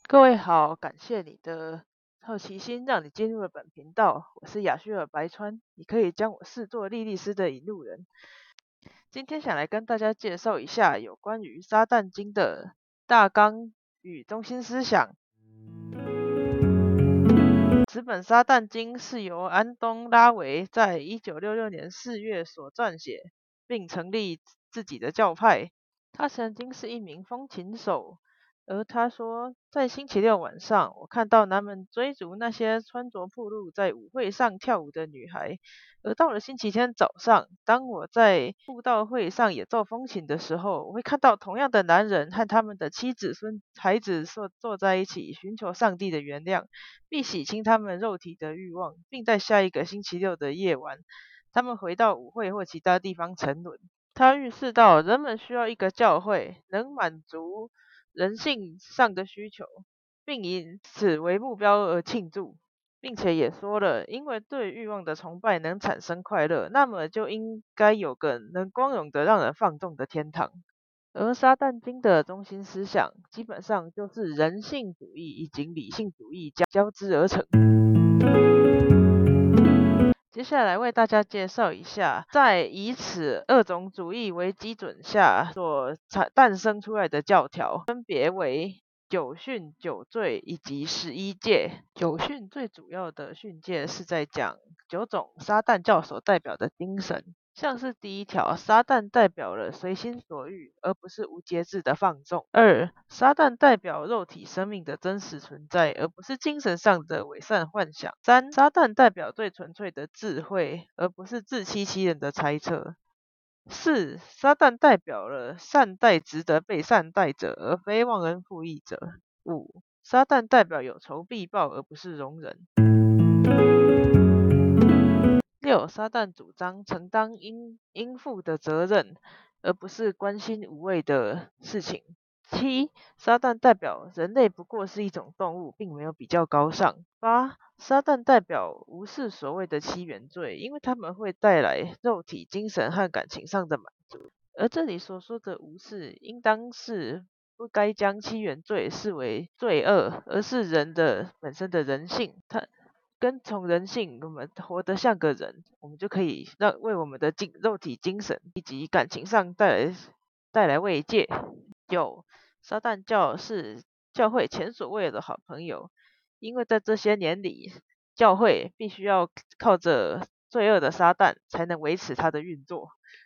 各位好，感谢你的好奇心，让你进入了本频道。我是雅叙尔白川，你可以将我视作莉莉丝的引路人。今天想来跟大家介绍一下有关于撒旦经的大纲与中心思想。此本撒旦经是由安东拉维在1966年4月所撰写，并成立自己的教派。他曾经是一名风琴手，而他说，在星期六晚上，我看到男人追逐那些穿着暴露在舞会上跳舞的女孩。而到了星期天早上，当我在布道会上演奏风琴的时候，我会看到同样的男人和他们的妻子、孩子坐在一起，寻求上帝的原谅，并洗清他们肉体的欲望，并在下一个星期六的夜晚，他们回到舞会或其他地方沉沦。他预示到人们需要一个教会，能满足人性上的需求，并以此为目标而庆祝，并且也说了，因为对欲望的崇拜能产生快乐，那么就应该有个能光荣的让人放纵的天堂。而撒旦经的中心思想基本上就是人性主义以及理性主义交织而成。接下来为大家介绍一下，在以此二种主义为基准下所诞生出来的教条，分别为九训、九罪以及11戒。九训最主要的训诫是在讲9种撒旦教所代表的精神，像是第一条，撒旦代表了随心所欲，而不是无节制的放纵。2. 撒旦代表肉体生命的真实存在，而不是精神上的伪善幻想。3. 撒旦代表最纯粹的智慧，而不是自欺欺人的猜测。4. 撒旦代表了善待值得被善待者，而非忘恩负义者。5. 撒旦代表有仇必报，而不是容忍。6. 撒旦主张承担应负的责任，而不是关心无谓的事情。7. 撒旦代表人类不过是一种动物，并没有比较高尚。8. 撒旦代表无视所谓的七原罪，因为他们会带来肉体、精神和感情上的满足。而这里所说的无视，应当是不该将七原罪视为罪恶，而是人的本身的人性。跟从人性，我们活得像个人，我们就可以为我们的肉体、精神以及感情上带来慰藉。9. 撒旦教是教会前所未有的好朋友，因为在这些年里，教会必须要靠着罪恶的撒旦才能维持它的运作。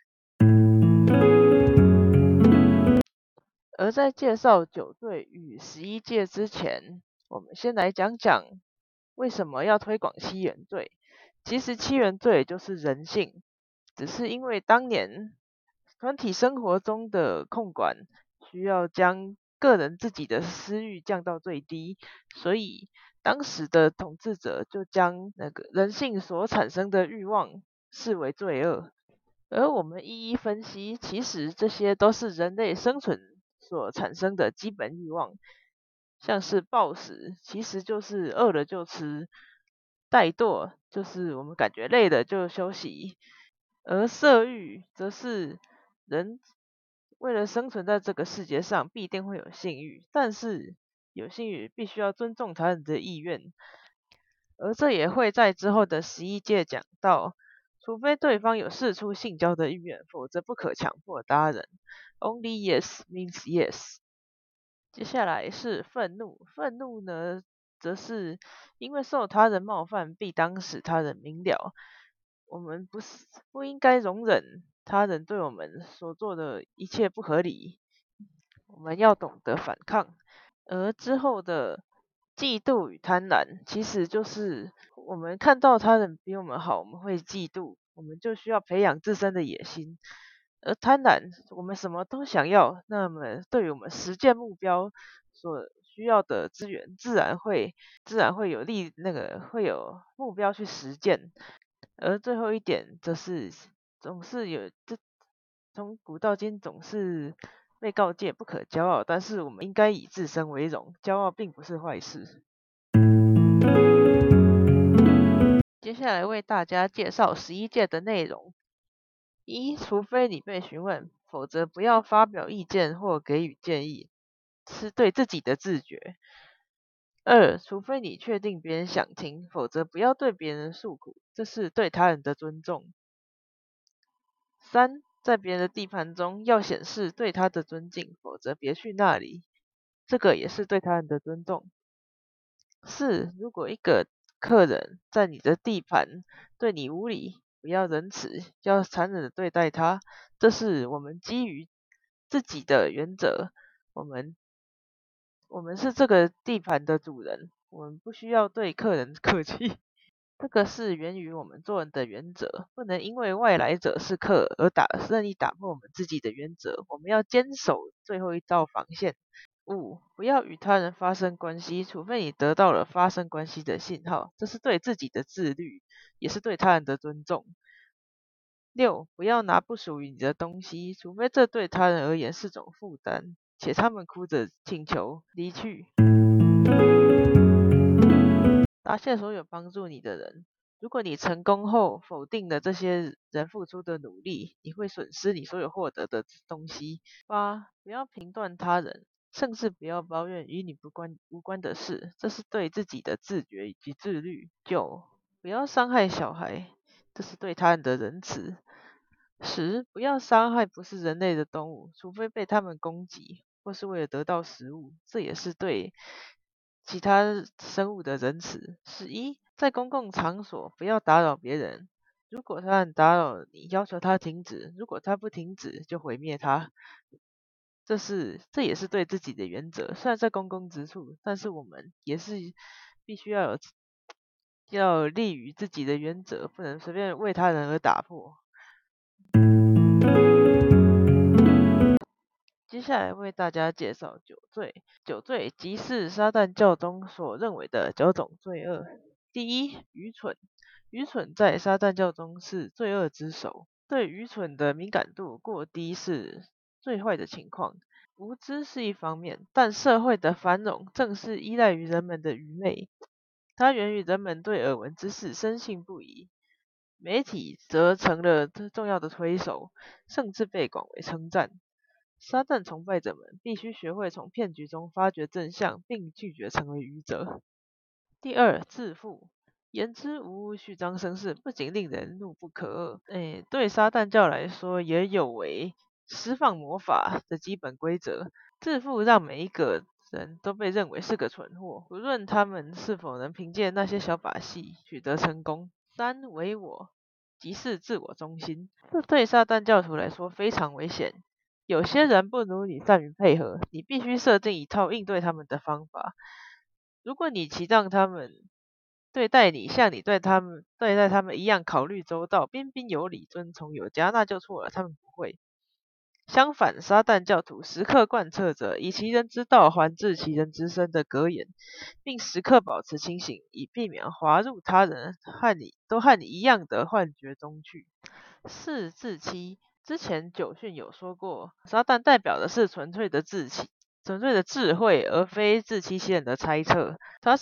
而在介绍9罪与11戒之前，我们先来讲讲为什么要推广七原罪。其实七原罪就是人性，只是因为当年团体生活中的控管需要将个人自己的私欲降到最低，所以当时的统治者就将那个人性所产生的欲望视为罪恶。而我们一一分析，其实这些都是人类生存所产生的基本欲望，像是暴食，其实就是饿了就吃；怠惰，就是我们感觉累了就休息；而色欲，则是人为了生存在这个世界上，必定会有性欲，但是有性欲必须要尊重他人的意愿，而这也会在之后的11届讲到。除非对方有释出性交的意愿，否则不可强迫他人。Only yes means yes。接下来是愤怒，愤怒呢，则是因为受他人冒犯，必当使他人明了。我们不应该容忍他人对我们所做的一切不合理，我们要懂得反抗。而之后的嫉妒与贪婪，其实就是我们看到他人比我们好，我们会嫉妒，我们就需要培养自身的野心。而贪婪，我们什么都想要，那么对于我们实践目标所需要的资源，自然会会有目标去实践。而最后一点则是总是有从古到今总是被告诫不可骄傲，但是我们应该以自身为荣，骄傲并不是坏事。接下来为大家介绍11届的内容。一，除非你被询问，否则不要发表意见或给予建议，是对自己的自觉。 2. 除非你确定别人想听，否则不要对别人诉苦，这是对他人的尊重。3. 在别人的地盘中要显示对他的尊敬，否则别去那里，这个也是对他人的尊重。4. 如果一个客人在你的地盘对你无礼，不要仁慈，要残忍的对待他，这是我们基于自己的原则。我们是这个地盘的主人，我们不需要对客人客气。这个是源于我们做人的原则，不能因为外来者是客而任意打破我们自己的原则。我们要坚守最后一道防线。5. 不要与他人发生关系，除非你得到了发生关系的信号，这是对自己的自律，也是对他人的尊重。6. 不要拿不属于你的东西，除非这对他人而言是种负担，且他们哭着请求离去。答谢所有帮助你的人。如果你成功后否定了这些人付出的努力，你会损失你所有获得的东西。8. 不要评断他人，甚至不要抱怨与你无关的事，这是对自己的自觉以及自律。9. 不要伤害小孩，这是对他人的仁慈。10. 不要伤害不是人类的动物，除非被他们攻击，或是为了得到食物，这也是对其他生物的仁慈。11. 在公共场所不要打扰别人，如果他人打扰你，要求他停止，如果他不停止，就毁灭他。这也是对自己的原则，虽然在公共之处，但是我们也是必须要立于自己的原则，不能随便为他人而打破。接下来为大家介绍酒醉。酒醉即是撒旦教中所认为的9种罪恶。第一，愚蠢。愚蠢在撒旦教中是罪恶之首。对愚蠢的敏感度过低是最坏的情况。无知是一方面，但社会的繁荣正是依赖于人们的愚昧。它源于人们对耳闻之事深信不疑。媒体则成了重要的推手，甚至被广为称赞。撒旦崇拜者们必须学会从骗局中发掘真相，并拒绝成为愚者。第二，自负。言之无物、虚张声势，不仅令人怒不可遏，对撒旦教来说也有违释放魔法的基本规则。自负让每一个人都被认为是个蠢货，无论他们是否能凭借那些小把戏取得成功。3. 唯我，即是自我中心。这对撒旦教徒来说非常危险。有些人不如你善于配合，你必须设定一套应对他们的方法。如果你期望他们对待你像你对待他们一样考虑周到、彬彬有礼、遵从有加，那就错了，他们不会。相反，撒旦教徒时刻贯彻着以其人之道还治其人之身的格言，并时刻保持清醒，以避免滑入他人和你一样的幻觉中去。4. 自欺。之前九训有说过，撒旦代表的是纯粹的智慧，而非自欺欺人的猜测。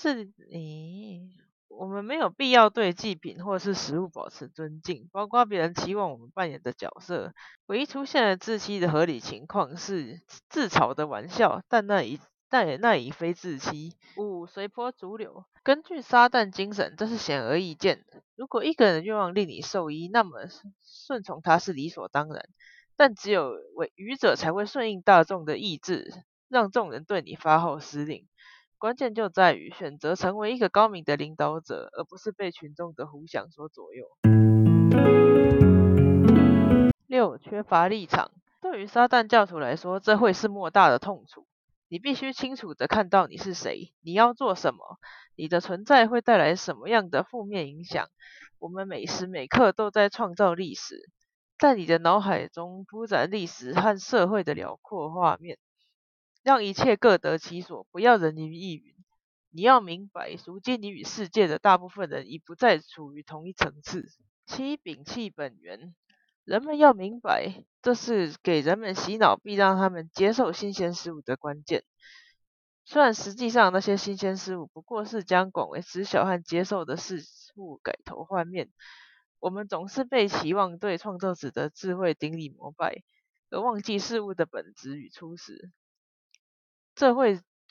我们没有必要对祭品或是食物保持尊敬，包括别人期望我们扮演的角色。唯一出现了自欺的合理情况是自嘲的玩笑，但那已非自欺。5. 随波逐流。根据撒旦精神，这是显而易见的。如果一个人愿望令你受益，那么顺从他是理所当然。但只有愚者才会顺应大众的意志，让众人对你发号施令。关键就在于选择成为一个高明的领导者，而不是被群众的胡想所左右。6. 缺乏立场。对于撒旦教徒来说，这会是莫大的痛楚。你必须清楚地看到你是谁，你要做什么，你的存在会带来什么样的负面影响。我们每时每刻都在创造历史，在你的脑海中铺展历史和社会的辽阔画面，让一切各得其所，不要人云亦云。你要明白，如今你与世界的大部分人已不再处于同一层次。7. 摒弃本源。人们要明白，这是给人们洗脑并让他们接受新鲜事物的关键。虽然实际上那些新鲜事物不过是将广为知晓和接受的事物改头换面，我们总是被期望对创造者的智慧顶礼膜拜，而忘记事物的本质与初始。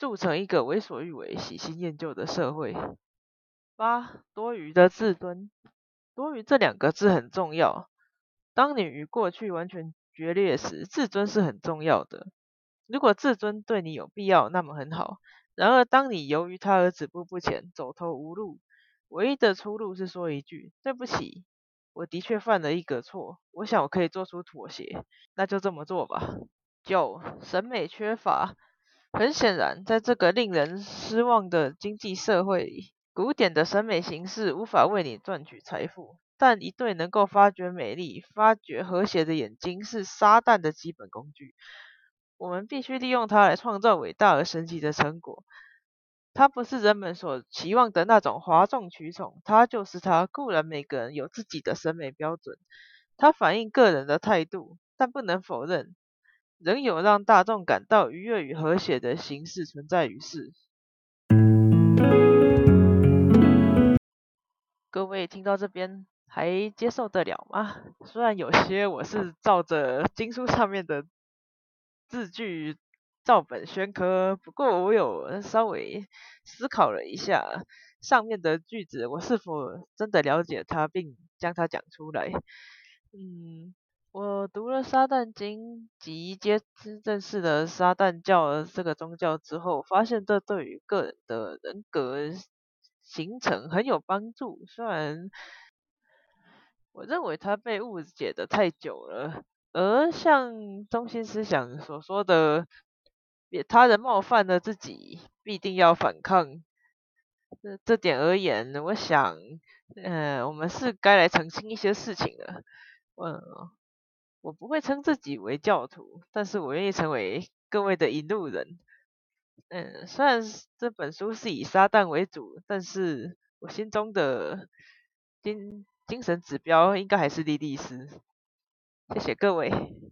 铸成一个为所欲为、喜新厌旧的社会。8. 多余的自尊。多余这2个字很重要。当你与过去完全决裂时，自尊是很重要的。如果自尊对你有必要，那么很好。然而，当你由于他而止步不前、走投无路，唯一的出路是说一句“对不起，我的确犯了一个错，我想我可以做出妥协，那就这么做吧。”9. 审美缺乏。很显然，在这个令人失望的经济社会里，古典的审美形式无法为你赚取财富，但一对能够发掘美丽、发掘和谐的眼睛是撒旦的基本工具。我们必须利用它来创造伟大而神奇的成果。它不是人们所期望的那种哗众取宠，它就是它。固然每个人有自己的审美标准，它反映个人的态度，但不能否认，仍有让大众感到愉悦与和谐的形式存在于世。各位听到这边还接受得了吗？虽然有些我是照着经书上面的字句照本宣科，不过我有稍微思考了一下上面的句子，我是否真的了解它并将它讲出来。我读了撒旦经及认识了撒旦教这个宗教之后，发现这对于个人的人格形成很有帮助。虽然我认为它被误解的太久了，而像中心思想所说的，他人冒犯了自己，必定要反抗。这点而言，我想，我们是该来澄清一些事情的。我不会称自己为教徒，但是我愿意成为各位的引路人。虽然这本书是以撒旦为主，但是我心中的精神指标应该还是莉莉丝。谢谢各位。